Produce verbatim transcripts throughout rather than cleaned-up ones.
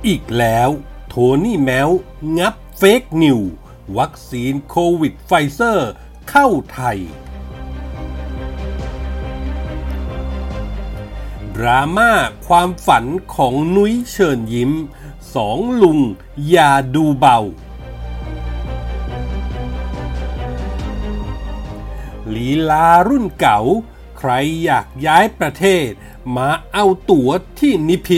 อีกแล้วโทนี่แมวงับเฟกนิววัคซีนโควิดไฟเซอร์เข้าไทยดราม่าความฝันของนุ้ยเชิญยิ้มสองลุงอย่าดูเบาลีลารุ่นเก่าใครอยากย้ายประเทศมาเอาตั๋วที่นิพิษ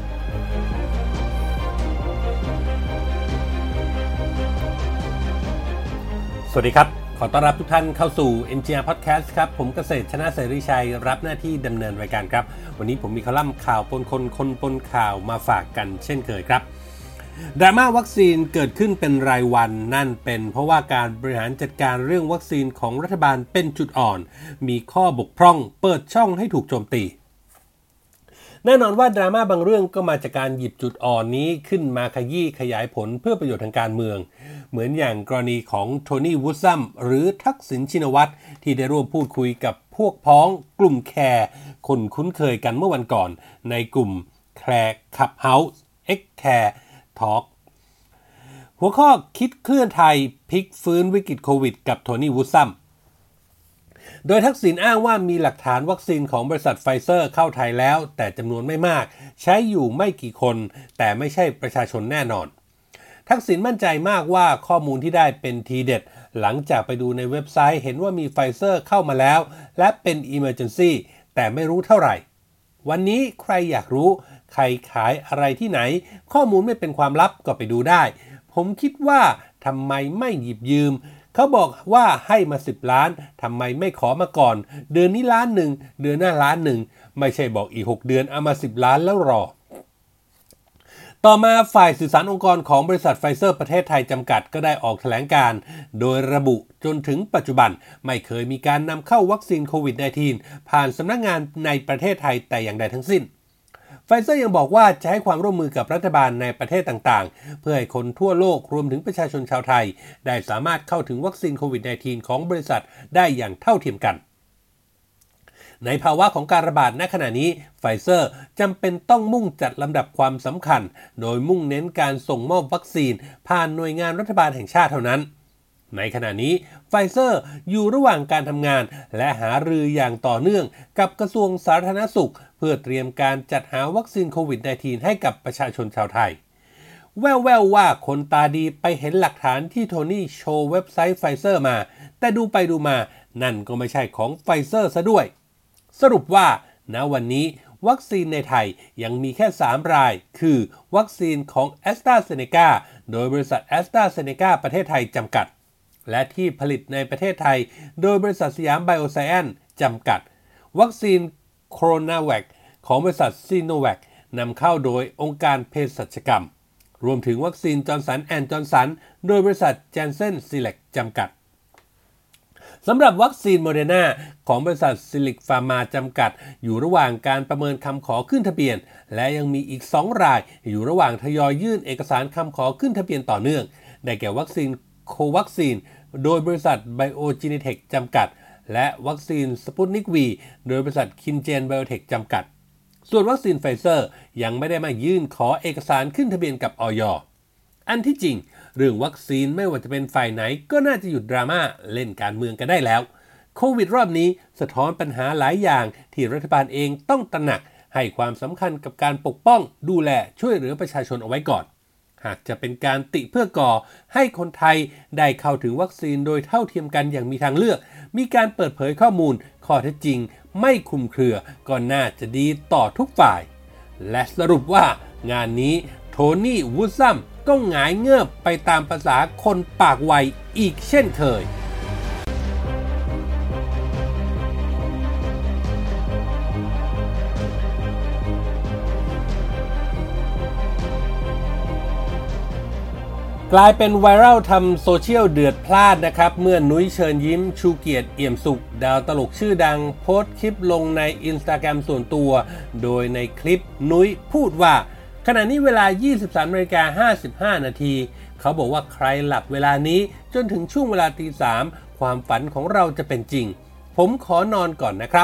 สวัสดีครับขอต้อนรับทุกท่านเข้าสู่ เอ็น จี อาร์ Podcast ครับผมเกษตรชนะเสรีชัยรับหน้าที่ดำเนินรายการครับวันนี้ผมมีคอลัมน์ข่าวปนคนคนปนข่าวมาฝากกันเช่นเคยครับดราม่าวัคซีนเกิดขึ้นเป็นรายวันนั่นเป็นเพราะว่าการบริหารจัดการเรื่องวัคซีนของรัฐบาลเป็นจุดอ่อนมีข้อบกพร่องเปิดช่องให้ถูกโจมตีแน่นอนว่าดราม่าบางเรื่องก็มาจากการหยิบจุดอ่อนนี้ขึ้นมาขยี้ขยายผลเพื่อประโยชน์ทางการเมืองเหมือนอย่างกรณีของโทนี่วูดซัมหรือทักษิณชินวัตรที่ได้ร่วมพูดคุยกับพวกพ้องกลุ่มแคร์คนคุ้นเคยกันเมื่อวันก่อนในกลุ่มแคร์คับเฮาส์เอ็กแคร์ทอล์กหัวข้อคิดเคลื่อนไทยพลิกฟื้นวิกฤตโควิดกับโทนี่วูดซัมโดยทักษิณอ้างว่ามีหลักฐานวัคซีนของบริษัทไฟเซอร์เข้าไทยแล้วแต่จำนวนไม่มากใช้อยู่ไม่กี่คนแต่ไม่ใช่ประชาชนแน่นอนทักษิณมั่นใจมากว่าข้อมูลที่ได้เป็นทีเด็ดหลังจากไปดูในเว็บไซต์เห็นว่ามีไฟเซอร์เข้ามาแล้วและเป็น Emergency แต่ไม่รู้เท่าไหร่วันนี้ใครอยากรู้ใครขายอะไรที่ไหนข้อมูลไม่เป็นความลับก็ไปดูได้ผมคิดว่าทำไมไม่หยิบยืมเขาบอกว่าให้มาสิบล้านทำไมไม่ขอมาก่อนเดือนนี้ล้านหนึ่งเดือนหน้าล้านหนึ่งไม่ใช่บอกอีกหกเดือนเอามาสิบล้านแล้วรอต่อมาฝ่ายสื่อสารองค์กรของบริษัทไฟเซอร์ประเทศไทยจำกัดก็ได้ออกแถลงการณ์โดยระบุจนถึงปัจจุบันไม่เคยมีการนำเข้าวัคซีนโควิด สิบเก้า ผ่านสำนักงานในประเทศไทยแต่อย่างใดทั้งสิ้นไฟเซอร์ยังบอกว่าจะให้ความร่วมมือกับรัฐบาลในประเทศต่างๆเพื่อให้คนทั่วโลกรวมถึงประชาชนชาวไทยได้สามารถเข้าถึงวัคซีนโควิด สิบเก้า ของบริษัทได้อย่างเท่าเทียมกันในภาวะของการระบาดณขณะนี้ไฟเซอร์จำเป็นต้องมุ่งจัดลำดับความสำคัญโดยมุ่งเน้นการส่งมอบวัคซีนผ่านหน่วยงานรัฐบาลแห่งชาติเท่านั้นในขณะนี้ไฟเซอร์อยู่ระหว่างการทำงานและหารืออย่างต่อเนื่องกับกระทรวงสาธารณสุขเพื่อเตรียมการจัดหาวัคซีนโควิด สิบเก้า ให้กับประชาชนชาวไทยแว่วๆว่าคนตาดีไปเห็นหลักฐานที่โทนี่โชว์เว็บไซต์ไฟเซอร์มาแต่ดูไปดูมานั่นก็ไม่ใช่ของไฟเซอร์ซะด้วยสรุปว่าณวันนี้วัคซีนในไทยยังมีแค่สามรายคือวัคซีนของ AstraZeneca โดยบริษัท AstraZeneca ประเทศไทยจำกัดและที่ผลิตในประเทศไทยโดยบริษัทสยามไบโอไซแอนซ์จำกัดวัคซีนโคโรนาแวคของบริษัทซีโนแวคนำเข้าโดยองค์การเภสัชกรรมรวมถึงวัคซีนจอห์นสันแอนด์จอห์นสันโดยบริษัทแจนเซนซีเล็กจำกัดสำหรับวัคซีนโมเดอร์นาของบริษัทซิลิกฟาร์มาจำกัดอยู่ระหว่างการประเมินคำขอขึ้นทะเบียนและยังมีอีกสองรายอยู่ระหว่างทยอยยื่นเอกสารคำขอขึ้นทะเบียนต่อเนื่องได้แก่วัคซีนโควัคซีนโดยบริษัทไบโอจีเนเทคจำกัดและวัคซีนสปุตนิก วี โดยบริษัทคินเจนไบโอเทคจำกัดส่วนวัคซีนไฟเซอร์ยังไม่ได้มายื่นขอเอกสารขึ้นทะเบียนกับอย.อันที่จริงเรื่องวัคซีนไม่ว่าจะเป็นฝ่ายไหนก็น่าจะหยุดดราม่าเล่นการเมืองกันได้แล้วโควิดรอบนี้สะท้อนปัญหาหลายอย่างที่รัฐบาลเองต้องตระหนักให้ความสำคัญกับการปกป้องดูแลช่วยเหลือประชาชนเอาไว้ก่อนหากจะเป็นการติเพื่อก่อให้คนไทยได้เข้าถึงวัคซีนโดยเท่าเทียมกันอย่างมีทางเลือกมีการเปิดเผยข้อมูลข้อเท็จจริงไม่คลุมเครือก็น่าจะดีต่อทุกฝ่ายและสรุปว่างานนี้โทนี่วูดซัมก็หงายเงือบไปตามภาษาคนปากไวอีกเช่นเคยกลายเป็นไวรัลทำโซเชียลเดือดพล่านนะครับเมื่อนุ้ยเชิญยิ้มชูเกียรติเอี่ยมสุขดาวตลกชื่อดังโพสต์คลิปลงใน Instagram ส่วนตัวโดยในคลิปนุ้ยพูดว่าขณะนี้เวลา ยี่สิบสามนาฬิกาห้าสิบห้านาทีเขาบอกว่าใครหลับเวลานี้จนถึงช่วงเวลาตีสามความฝันของเราจะเป็นจริงผมขอนอนก่อนนะครับ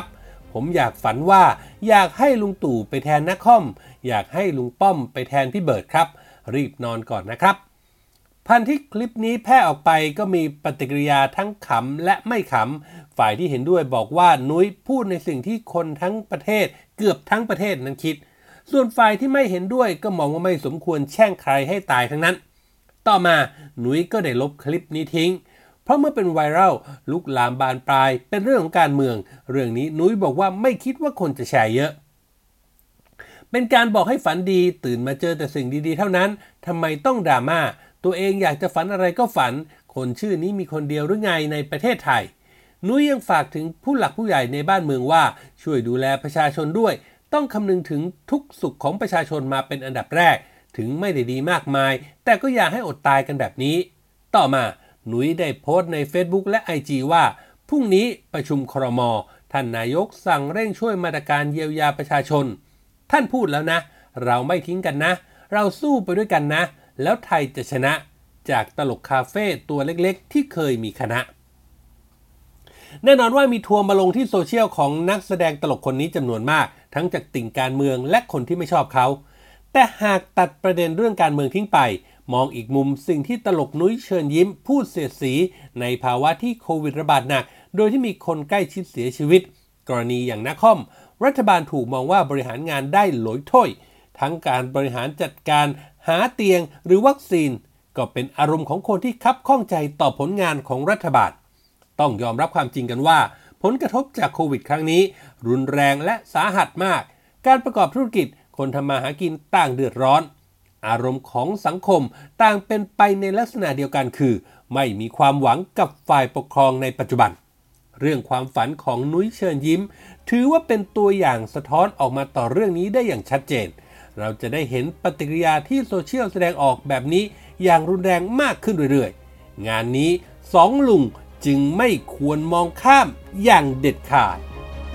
ผมอยากฝันว่าอยากให้ลุงตู่ไปแทนนักคอมอยากให้ลุงป้อมไปแทนพี่เบิร์ดครับรีบนอนก่อนนะครับพันที่คลิปนี้แพร่ออกไปก็มีปฏิกิริยาทั้งขำและไม่ขำฝ่ายที่เห็นด้วยบอกว่านุ้ยพูดในสิ่งที่คนทั้งประเทศเกือบทั้งประเทศนั้นคิดส่วนฝ่ายที่ไม่เห็นด้วยก็มองว่าไม่สมควรแช่งใครให้ตายทั้งนั้นต่อมานุ้ยก็ได้ลบคลิปนี้ทิ้งเพราะเมื่อเป็นไวรัลลุกลามบานปลายเป็นเรื่องของการเมืองเรื่องนี้นุ้ยบอกว่าไม่คิดว่าคนจะแชร์เยอะเป็นการบอกให้ฝันดีตื่นมาเจอแต่สิ่งดีๆเท่านั้นทำไมต้องดราม่าตัวเองอยากจะฝันอะไรก็ฝันคนชื่อนี้มีคนเดียวหรือไงในประเทศไทยนุ้ยยังฝากถึงผู้หลักผู้ใหญ่ในบ้านเมืองว่าช่วยดูแลประชาชนด้วยต้องคำนึงถึงทุกสุขของประชาชนมาเป็นอันดับแรกถึงไม่ได้ดีมากมายแต่ก็อย่าให้อดตายกันแบบนี้ต่อมานุ้ยได้โพสต์ใน Facebook และ ไอ จี ว่าพรุ่งนี้ประชุมครม.ท่านนายกสั่งเร่งช่วยมาตรการเยียวยาประชาชนท่านพูดแล้วนะเราไม่ทิ้งกันนะเราสู้ไปด้วยกันนะแล้วไทยจะชนะจากตลกคาเฟ่ตัวเล็กๆที่เคยมีคณะแน่นอนว่ามีทัวร์มาลงที่โซเชียลของนักแสดงตลกคนนี้จำนวนมากทั้งจากติ่งการเมืองและคนที่ไม่ชอบเขาแต่หากตัดประเด็นเรื่องการเมืองทิ้งไปมองอีกมุมสิ่งที่ตลกนุ้ยเชิญยิ้มพูดเสียดสีในภาวะที่โควิดระบาดหนักโดยที่มีคนใกล้ชิดเสียชีวิตกรณีอย่างนักคอมรัฐบาลถูกมองว่าบริหารงานได้หลอยถ้วยทั้งการบริหารจัดการหาเตียงหรือวัคซีนก็เป็นอารมณ์ของคนที่คับข้องใจต่อผลงานของรัฐบาลต้องยอมรับความจริงกันว่าผลกระทบจากโควิดครั้งนี้รุนแรงและสาหัสมากการประกอบธุรกิจคนทำมาหากินต่างเดือดร้อนอารมณ์ของสังคมต่างเป็นไปในลักษณะเดียวกันคือไม่มีความหวังกับฝ่ายปกครองในปัจจุบันเรื่องความฝันของนุ้ยเชิญยิ้มถือว่าเป็นตัวอย่างสะท้อนออกมาต่อเรื่องนี้ได้อย่างชัดเจนเราจะได้เห็นปฏิกิริยาที่โซเชียลแสดงออกแบบนี้อย่างรุนแรงมากขึ้นเรื่อยๆงานนี้สองลุงจึงไม่ควรมองข้ามอย่างเด็ดขาด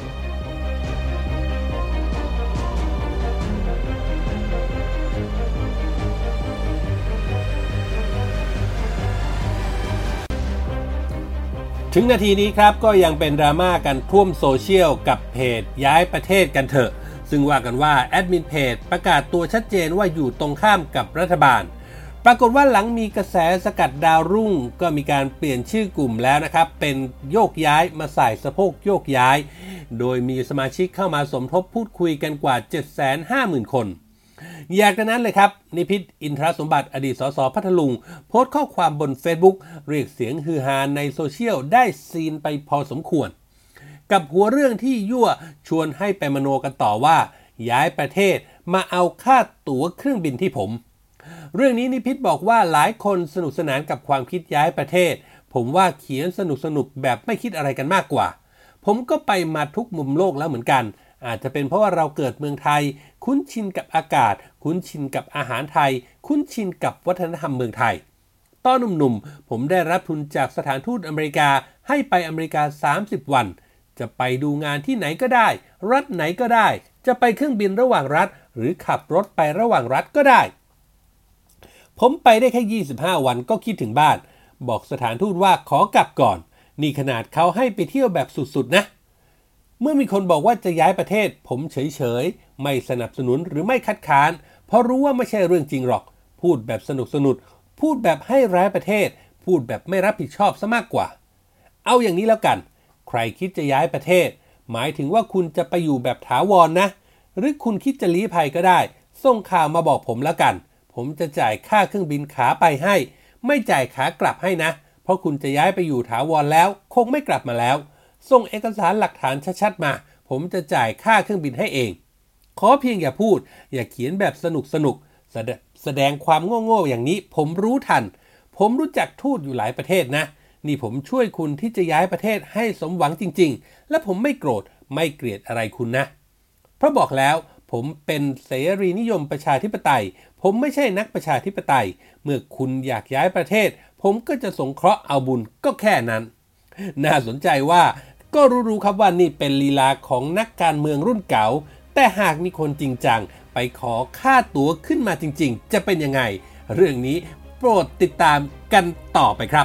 ถึงนาทีนี้ครับก็ยังเป็นดราม่ากันท่วมโซเชียลกับเพจย้ายประเทศกันเถอะซึ่งว่ากันว่าแอดมินเพจประกาศตัวชัดเจนว่าอยู่ตรงข้ามกับรัฐบาลปรากฏว่าหลังมีกระแสสกัดดาวรุ่งก็มีการเปลี่ยนชื่อกลุ่มแล้วนะครับเป็นโยกย้ายมาใส่สะโพกโยกย้ายโดยมีสมาชิกเข้ามาสมทบพูดคุยกันกว่า เจ็ดแสนห้าหมื่น คนอยากนั้นเลยครับนิพิษอินทรสมบัติอดีตสสพัทลุงโพสต์ข้อความบน Facebook เรียกเสียงฮือฮาในโซเชียลได้ซีนไปพอสมควรกับหัวเรื่องที่ยั่วชวนให้ไปมโนกันต่อว่าย้ายประเทศมาเอาค่าตั๋วเครื่องบินที่ผมเรื่องนี้นิพิษบอกว่าหลายคนสนุกสนานกับความคิดย้ายประเทศผมว่าเขียนสนุกสนุกแบบไม่คิดอะไรกันมากกว่าผมก็ไปมาทุกมุมโลกแล้วเหมือนกันอาจจะเป็นเพราะว่าเราเกิดเมืองไทยคุ้นชินกับอากาศคุ้นชินกับอาหารไทยคุ้นชินกับวัฒนธรรมเมืองไทยตอนหนุ่มๆผมได้รับทุนจากสถานทูตอเมริกาให้ไปอเมริกาสามสิบวันจะไปดูงานที่ไหนก็ได้รัฐไหนก็ได้จะไปเครื่องบินระหว่างรัฐหรือขับรถไประหว่างรัฐก็ได้ผมไปได้แค่ยี่สิบห้าวันก็คิดถึงบ้านบอกสถานทูตว่าขอกลับก่อนนี่ขนาดเขาให้ไปเที่ยวแบบสุดๆนะเมื่อมีคนบอกว่าจะย้ายประเทศผมเฉยๆไม่สนับสนุนหรือไม่คัดค้านเพราะรู้ว่าไม่ใช่เรื่องจริงหรอกพูดแบบสนุกสนุกพูดแบบให้ร้ายประเทศพูดแบบไม่รับผิดชอบซะมากกว่าเอาอย่างนี้แล้วกันใครคิดจะย้ายประเทศหมายถึงว่าคุณจะไปอยู่แบบถาวร นะหรือคุณคิดจะลี้ภัยก็ได้ส่งข่าวมาบอกผมแล้วกันผมจะจ่ายค่าเครื่องบินขาไปให้ไม่จ่ายขากลับให้นะเพราะคุณจะย้ายไปอยู่ถาวรแล้วคงไม่กลับมาแล้วส่งเอกสารหลักฐานชัดๆมาผมจะจ่ายค่าเครื่องบินให้เองขอเพียงอย่าพูดอย่าเขียนแบบสนุกสนุกแสดงความโง่ๆอย่างนี้ผมรู้ทันผมรู้จักทูตอยู่หลายประเทศนะนี่ผมช่วยคุณที่จะย้ายประเทศให้สมหวังจริงๆและผมไม่โกรธไม่เกลียดอะไรคุณนะเพราะบอกแล้วผมเป็นเสรีนิยมประชาธิปไตยผมไม่ใช่นักประชาธิปไตยเมื่อคุณอยากย้ายประเทศผมก็จะสงเคราะห์เอาบุญก็แค่นั้นน่าสนใจว่าก็รู้ๆครับว่านี่เป็นลีลาของนักการเมืองรุ่นเก่าแต่หากมีคนจริงจังไปขอค่าตั๋วขึ้นมาจริงๆจะเป็นยังไงเรื่องนี้โปรดติดตามกันต่อไปครับ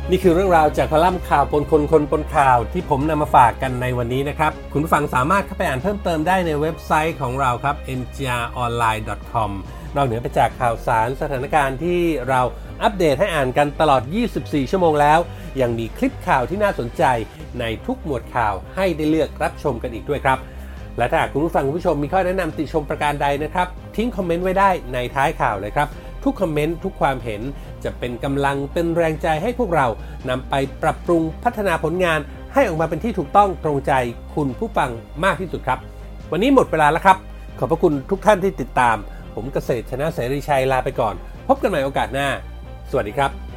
นี่คือเรื่องราวจากคอลัมน์ข่าวปนคนคนปนข่าวที่ผมนำมาฝากกันในวันนี้นะครับคุณผู้ฟังสามารถเข้าไปอ่านเพิ่มเติมได้ในเว็บไซต์ของเราครับ เอ็น จี อาร์ ออนไลน์ ดอท คอม นอกเหนือไปจากข่าวสารสถานการณ์ที่เราอัปเดตให้อ่านกันตลอดยี่สิบสี่ชั่วโมงแล้วยังมีคลิปข่าวที่น่าสนใจในทุกหมวดข่าวให้ได้เลือกรับชมกันอีกด้วยครับและถ้าคุณผู้ฟังคุณผู้ชมมีข้อแนะนำติชมประการใดนะครับทิ้งคอมเมนต์ไว้ได้ในท้ายข่าวเลยครับทุกคอมเมนต์ทุกความเห็นจะเป็นกำลังเป็นแรงใจให้พวกเรานำไปปรับปรุงพัฒนาผลงานให้ออกมาเป็นที่ถูกต้องตรงใจคุณผู้ฟังมากที่สุดครับวันนี้หมดเวลาแล้วครับขอบพระคุณทุกท่านที่ติดตามผมเกษตรชนะเสรีชัยลาไปก่อนพบกันใหม่โอกาสหน้าสวัสดีครับ